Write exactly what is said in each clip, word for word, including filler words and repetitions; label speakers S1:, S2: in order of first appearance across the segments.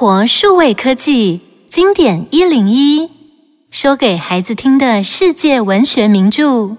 S1: 活数位科技经典一零一，说给孩子听的世界文学名著。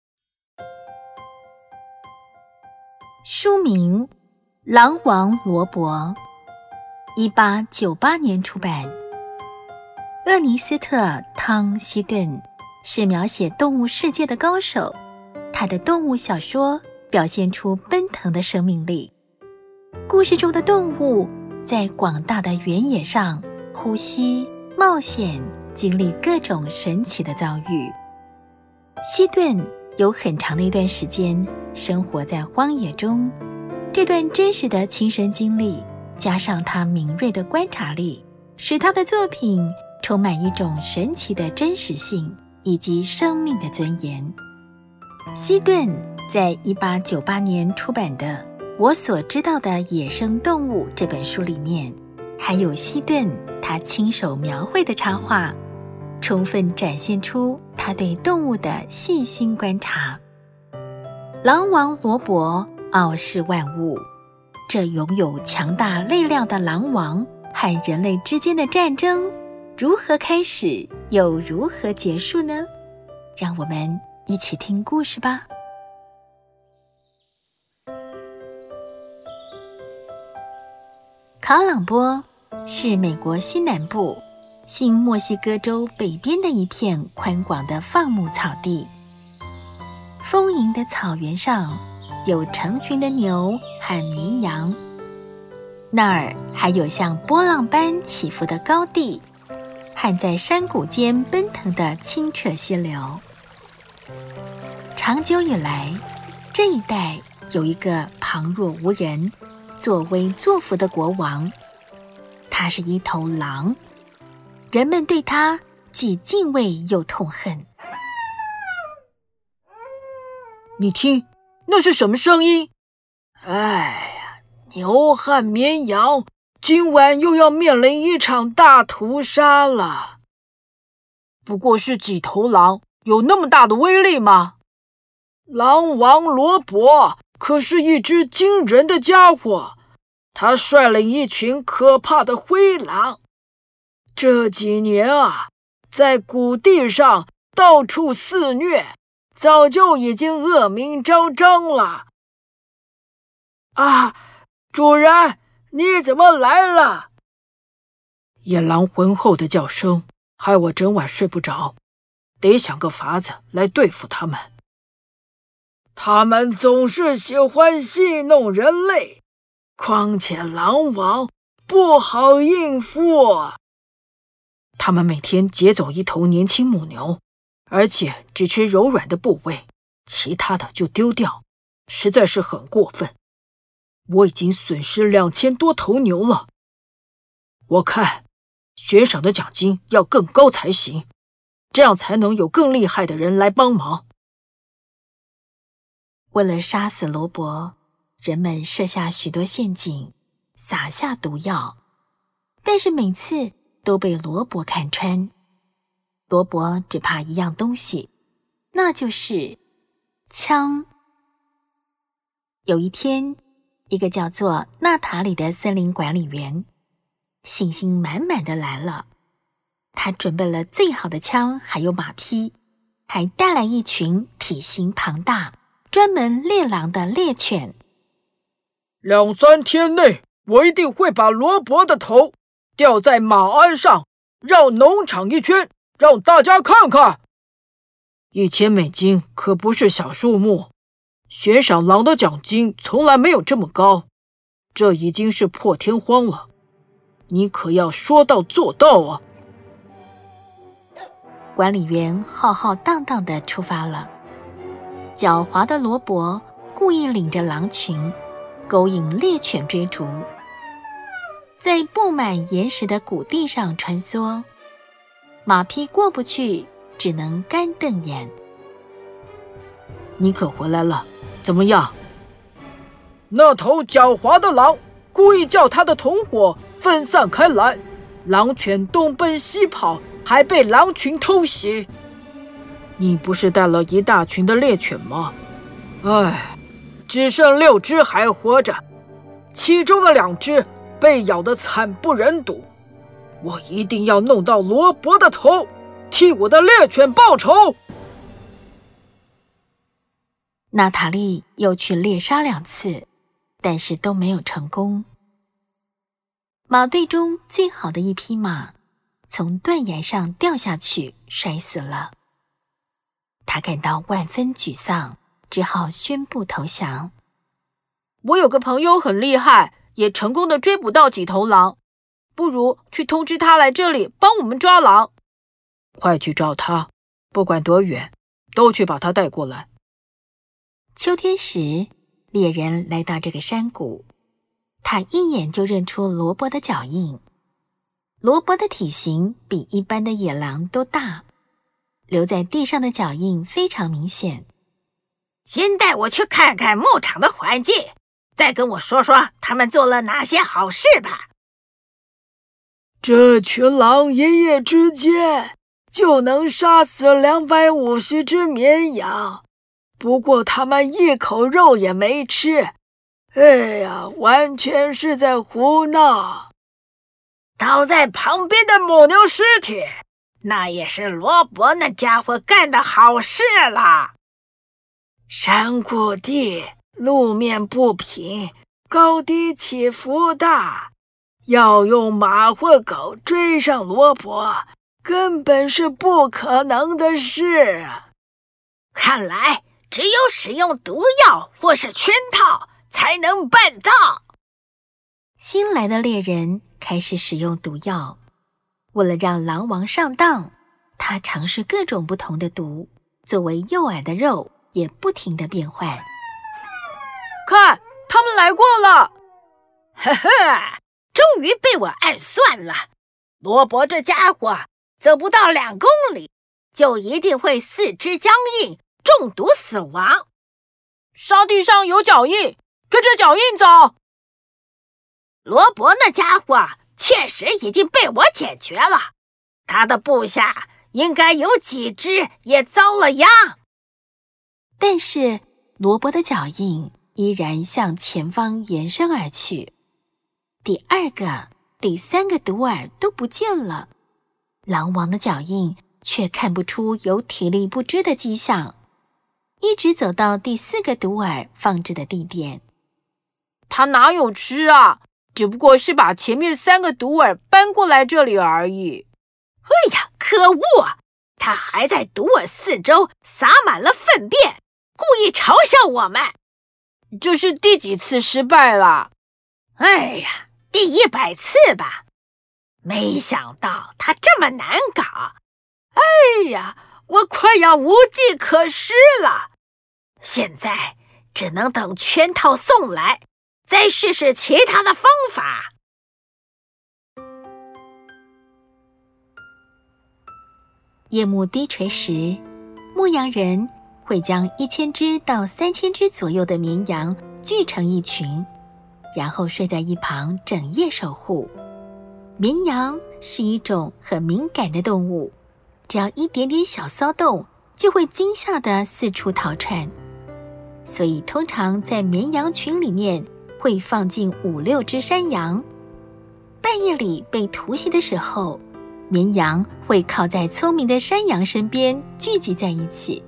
S2: 书名《狼王罗伯》，一八九八年出版。厄尼斯特·汤希顿是描写动物世界的高手，他的动物小说表现出奔腾的生命力。故事中的动物在广大的原野上呼吸、冒险，经历各种神奇的遭遇。希顿有很长的一段时间生活在荒野中，这段真实的亲身经历加上他敏锐的观察力，使他的作品充满一种神奇的真实性以及生命的尊严。希顿在一八九八年出版的《我所知道的野生动物》这本书里面，还有希顿他亲手描绘的插画，充分展现出他对动物的细心观察。狼王罗伯傲视万物，这拥有强大力量的狼王和人类之间的战争如何开始又如何结束呢？让我们一起听故事吧。卡朗波是美国西南部新墨西哥州北边的一片宽广的放牧草地。丰盈的草原上有成群的牛和绵羊，那儿还有像波浪般起伏的高地和在山谷间奔腾的清澈溪流。长久以来，这一带有一个旁若无人、作威作福的国王，他是一头狼，人们对他既敬畏又痛恨。
S3: 你听，那是什么声音？哎呀，牛和绵羊今晚又要面临一场大屠杀了。不过是几头狼，有那么大的威力吗？狼王罗伯可是一只惊人的家伙，他率领一群可怕的灰狼，这几年啊，在谷地上到处肆虐，早就已经恶名昭彰了。啊，主人，你怎么来了？野狼浑厚的叫声害我整晚睡不着，得想个法子来对付他们。他们总是喜欢戏弄人类，况且狼王不好应付。他们每天劫走一头年轻母牛，而且只吃柔软的部位，其他的就丢掉，实在是很过分。我已经损失两千多头牛了。我看悬赏的奖金要更高才行，这样才能有更厉害的人来帮忙。
S2: 为了杀死罗伯，人们设下许多陷阱，撒下毒药，但是每次都被罗伯看穿。罗伯只怕一样东西，那就是枪。有一天，一个叫做纳塔里的森林管理员信心满满的来了，他准备了最好的枪，还有马匹，还带来一群体型庞大、专门猎狼的猎犬。
S3: 两三天内，我一定会把罗伯的头吊在马鞍上，绕农场一圈，让大家看看。一千美金可不是小数目，悬赏狼的奖金从来没有这么高，这已经是破天荒了。你可要说到做到啊！
S2: 管理员浩浩荡荡地出发了。狡猾的罗伯故意领着狼群，勾引猎犬追逐，在布满岩石的谷地上穿梭，马匹过不去，只能干瞪眼。
S3: 你可回来了，怎么样？那头狡猾的狼故意叫他的同伙分散开来，狼犬东奔西跑，还被狼群偷袭。你不是带了一大群的猎犬吗？唉，只剩六只还活着，其中的两只被咬得惨不忍睹， 我一定要弄到罗伯的头，替我的猎犬报仇。
S2: 娜塔莉又去猎杀两次，但是都没有成功。马队中最好的一匹马从断崖上掉下去，摔死了。他感到万分沮丧，只好宣布投降。
S4: 我有个朋友很厉害，也成功的追捕到几头狼，不如去通知他来这里帮我们抓狼。
S3: 快去找他，不管多远，都去把他带过来。
S2: 秋天时，猎人来到这个山谷，他一眼就认出罗伯的脚印。罗伯的体型比一般的野狼都大，留在地上的脚印非常明显。
S5: 先带我去看看牧场的环境，再跟我说说他们做了哪些好事吧。
S3: 这群狼一夜之间就能杀死两百五十只绵羊，不过他们一口肉也没吃。哎呀，完全是在胡闹。
S5: 倒在旁边的母牛尸体，那也是罗伯那家伙干的好事了。
S3: 山谷地路面不平，高低起伏大，要用马或狗追上罗伯，根本是不可能的事啊！
S5: 看来只有使用毒药或是圈套才能办到。
S2: 新来的猎人开始使用毒药，为了让狼王上当，他尝试各种不同的毒，作为诱饵的肉也不停地变换。
S4: 看，他们来过了！
S5: 呵呵，终于被我暗算了。罗伯这家伙走不到两公里，就一定会四肢僵硬，中毒死亡。
S4: 沙地上有脚印，跟着脚印走。
S5: 罗伯那家伙确实已经被我解决了，他的部下应该有几只也遭了殃。
S2: 但是罗伯的脚印依然向前方延伸而去，第二个、第三个毒饵都不见了，狼王的脚印却看不出有体力不支的迹象，一直走到第四个毒饵放置的地点。
S4: 他哪有吃啊？只不过是把前面三个毒饵搬过来这里而已。
S5: 哎呀，可恶！他还在毒饵四周撒满了粪便，故意嘲笑我们。
S4: 这是第几次失败了？
S5: 哎呀，第一百次吧。没想到他这么难搞。哎呀，我快要无计可施了。现在只能等圈套送来，再试试其他的方法。
S2: 夜幕低垂时，牧羊人会将一千只到三千只左右的绵羊聚成一群，然后睡在一旁整夜守护。绵羊是一种很敏感的动物，只要一点点小骚动，就会惊吓得四处逃窜。所以通常在绵羊群里面会放进五六只山羊。半夜里被突袭的时候，绵羊会靠在聪明的山羊身边聚集在一起。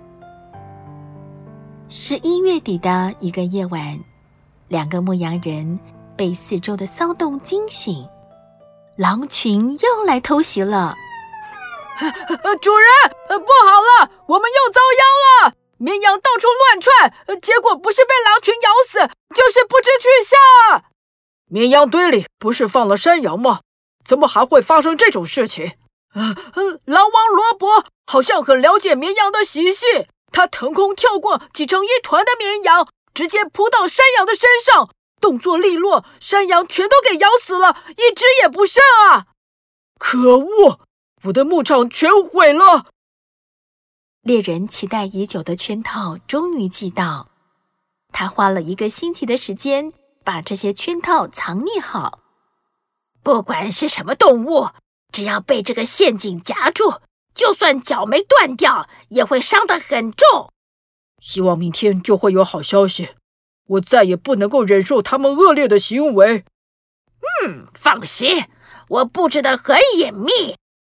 S2: 十一月底的一个夜晚，两个牧羊人被四周的骚动惊醒，狼群又来偷袭了。
S4: 呃、主人、呃，不好了，我们又遭殃了！绵羊到处乱窜，呃、结果不是被狼群咬死，就是不知去向。
S3: 绵羊堆里不是放了山羊吗？怎么还会发生这种事情？
S4: 呃呃、狼王罗伯好像很了解绵羊的习性，他腾空跳过挤成一团的绵羊，直接扑到山羊的身上，动作利落，山羊全都给咬死了，一只也不剩啊！
S3: 可恶，我的牧场全毁了！
S2: 猎人期待已久的圈套终于寄到，他花了一个星期的时间把这些圈套藏匿好。
S5: 不管是什么动物，只要被这个陷阱夹住，就算脚没断掉，也会伤得很重。
S3: 希望明天就会有好消息，我再也不能够忍受他们恶劣的行为。
S5: 嗯，放心， 我布置得很隐秘。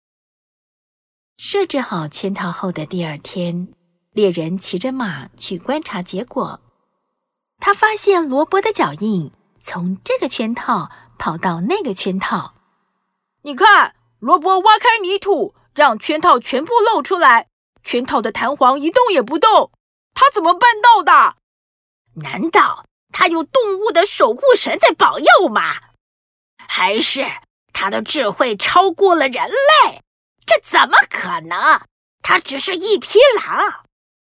S2: 设置好圈套后的第二天，猎人骑着马去观察结果。他发现罗伯的脚印从这个圈套跑到那个圈套。
S4: 你看，罗伯挖开泥土，让圈套全部露出来，圈套的弹簧一动也不动，他怎么办到的？
S5: 难道他有动物的守护神在保佑吗？还是他的智慧超过了人类？这怎么可能？他只是一匹狼。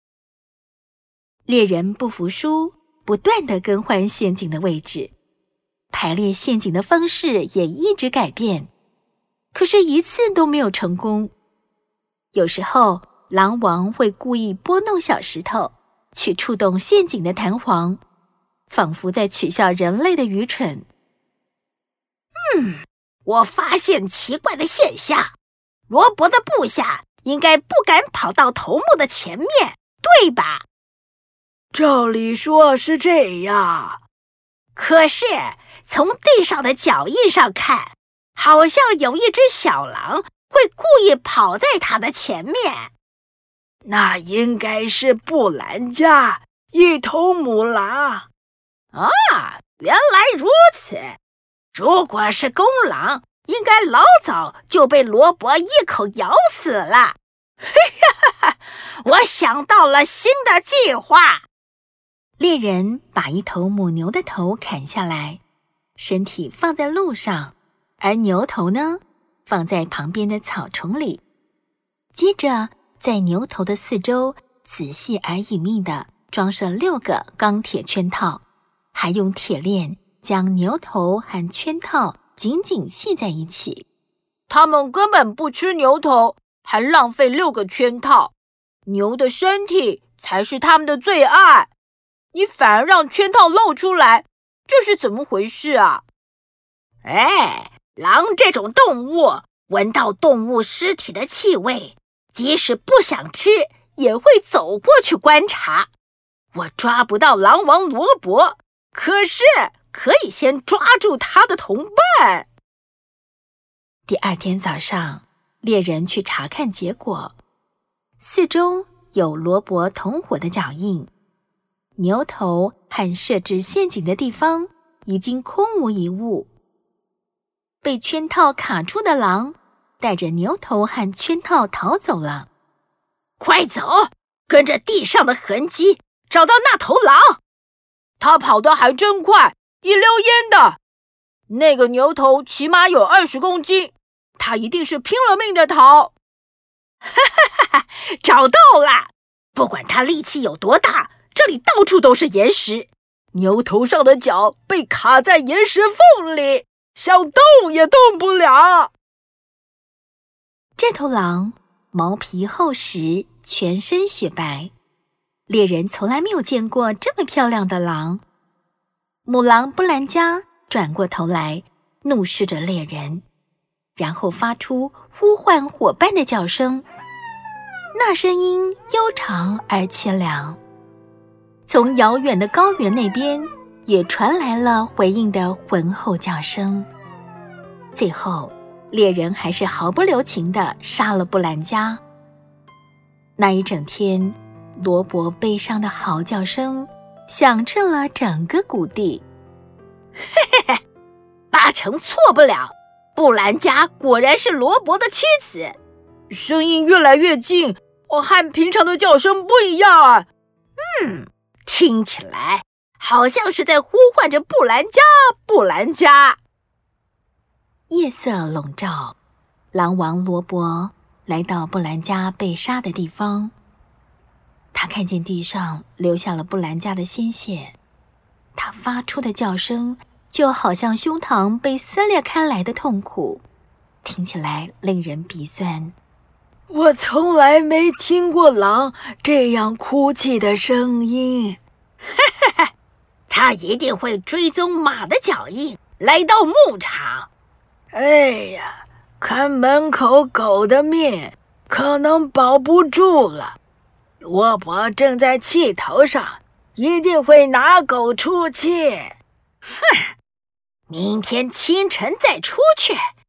S2: 猎人不服输，不断地更换陷阱的位置，排列陷阱的方式也一直改变，可是一次都没有成功。有时候狼王会故意拨弄小石头，去触动陷阱的弹簧，仿佛在取笑人类的愚蠢。
S5: 嗯，我发现奇怪的现象，罗伯的部下应该不敢跑到头目的前面，对吧？
S4: 照理说是这样，
S5: 可是从地上的脚印上看，好像有一只小狼会故意跑在他的前面。
S4: 那应该是布兰加，一头母狼。
S5: 啊，原来如此。如果是公狼，应该老早就被罗伯一口咬死了。嘿哈哈，我想到了新的计划。
S2: 猎人把一头母牛的头砍下来，身体放在路上，而牛头呢，放在旁边的草丛里。接着在牛头的四周仔细而隐秘地装设六个钢铁圈套，还用铁链将牛头和圈套紧紧系在一起。
S4: 他们根本不吃牛头，还浪费六个圈套。牛的身体才是他们的最爱，你反而让圈套露出来，这是怎么回事啊？
S5: 哎，狼这种动物，闻到动物尸体的气味，即使不想吃，也会走过去观察。我抓不到狼王罗伯，可是可以先抓住他的同伴。
S2: 第二天早上，猎人去查看结果，四周有罗伯同伙的脚印，牛头和设置陷阱的地方已经空无一物。被圈套卡住的狼带着牛头和圈套逃走了。
S5: 快走，跟着地上的痕迹找到那头狼。
S4: 他跑得还真快，一溜烟的。那个牛头起码有二十公斤，他一定是拼了命的逃。
S5: 哈哈哈！找到了！不管他力气有多大，这里到处都是岩石。
S4: 牛头上的脚被卡在岩石缝里，想动也动不了。
S2: 这头狼毛皮厚实，全身雪白，猎人从来没有见过这么漂亮的狼。母狼布兰加转过头来，怒视着猎人，然后发出呼唤伙伴的叫声，那声音悠长而凄凉。从遥远的高原那边也传来了回应的浑厚叫声。最后猎人还是毫不留情地杀了布兰加。那一整天，罗伯悲伤的嚎叫声响彻了整个谷地。
S5: 嘿嘿嘿，八成错不了，布兰加果然是罗伯的妻子。
S4: 声音越来越近，和平常的叫声不一样啊。
S5: 嗯，听起来好像是在呼唤着布兰加，布兰加。
S2: 夜色笼罩，狼王罗伯来到布兰加被杀的地方。他看见地上留下了布兰加的鲜血，他发出的叫声就好像胸膛被撕裂开来的痛苦，听起来令人鼻酸。
S4: 我从来没听过狼这样哭泣的声音。
S5: 哈哈哈，他一定会追踪马的脚印，来到牧场。
S4: 哎呀，看门口狗的命，可能保不住了。罗伯正在气头上，一定会拿狗出气。
S5: 哼，明天清晨再出去，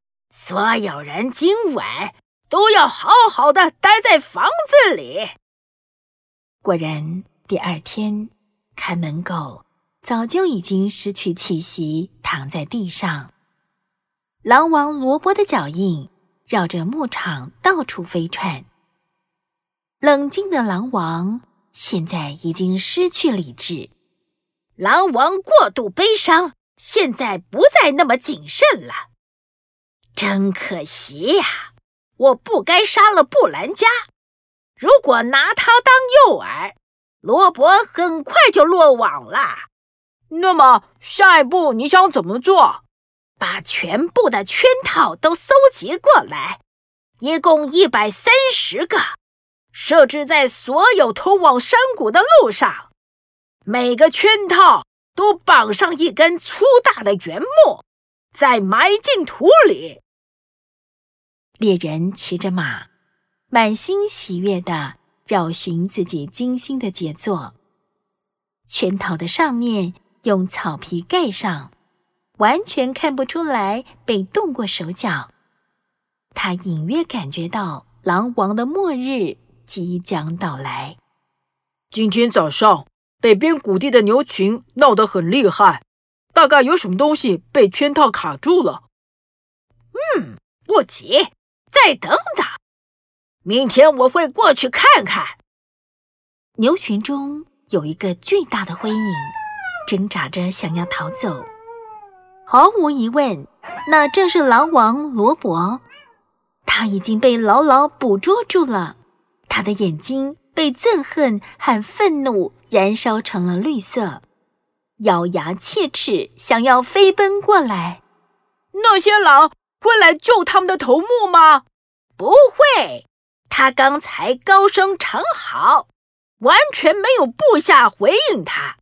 S5: 所有人今晚都要好好的待在房子里。
S2: 果然，第二天，看门狗早就已经失去气息，躺在地上。狼王罗伯的脚印绕着牧场到处飞窜。冷静的狼王现在已经失去理智。
S5: 狼王过度悲伤，现在不再那么谨慎了。真可惜呀，我不该杀了布兰加。如果拿他当诱饵，罗伯很快就落网了。
S4: 那么下一步你想怎么做？
S5: 把全部的圈套都搜集过来，一共一百三十个，设置在所有通往山谷的路上。每个圈套都绑上一根粗大的原木，再埋进土里。
S2: 猎人骑着马，满心喜悦地绕寻自己精心的杰作。圈套的上面用草皮盖上，完全看不出来被动过手脚。他隐约感觉到狼王的末日即将到来。
S3: 今天早上北边谷地的牛群闹得很厉害，大概有什么东西被圈套卡住了。
S5: 嗯，不急，再等等，明天我会过去看看。
S2: 牛群中有一个巨大的灰影，挣扎着想要逃走。毫无疑问，那正是狼王罗伯。他已经被牢牢捕捉住了，他的眼睛被憎恨和愤怒燃烧成了绿色，咬牙切齿，想要飞奔过来。
S4: 那些狼会来救他们的头目吗？
S5: 不会，他刚才高声长嚎，完全没有部下回应他。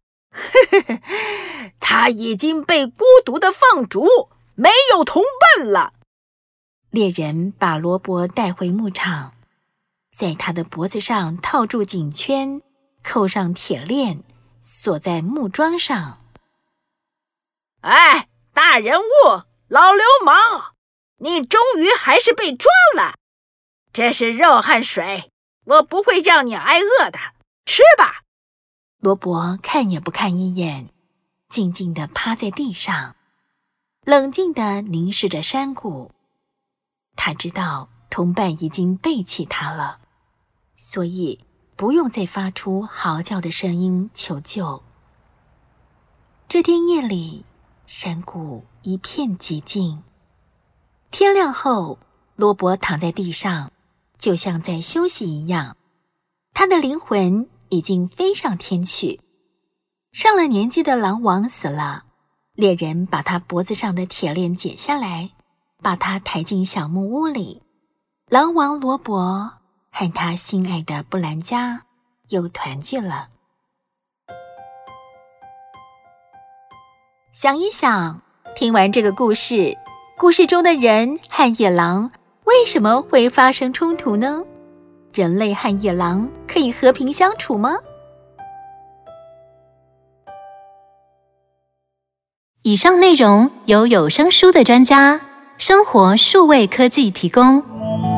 S5: 他已经被孤独地放逐，没有同伴了。
S2: 猎人把罗伯带回牧场，在他的脖子上套住颈圈，扣上铁链，锁在木桩上。
S5: 哎，大人物，老流氓，你终于还是被抓了。这是肉和水，我不会让你挨饿的，吃吧。
S2: 罗伯看也不看一眼，静静地趴在地上，冷静地凝视着山谷。他知道同伴已经背弃他了，所以不用再发出嚎叫的声音求救。这天夜里，山谷一片寂静。天亮后，罗伯躺在地上，就像在休息一样。他的灵魂已经飞上天去。上了年纪的狼王死了，猎人把他脖子上的铁链解下来，把他抬进小木屋里。狼王罗伯和他心爱的布兰加又团聚了。想一想，听完这个故事，故事中的人和野狼为什么会发生冲突呢？人类和野狼可以和平相处吗？
S1: 以上内容由有声书的专家生活数位科技提供。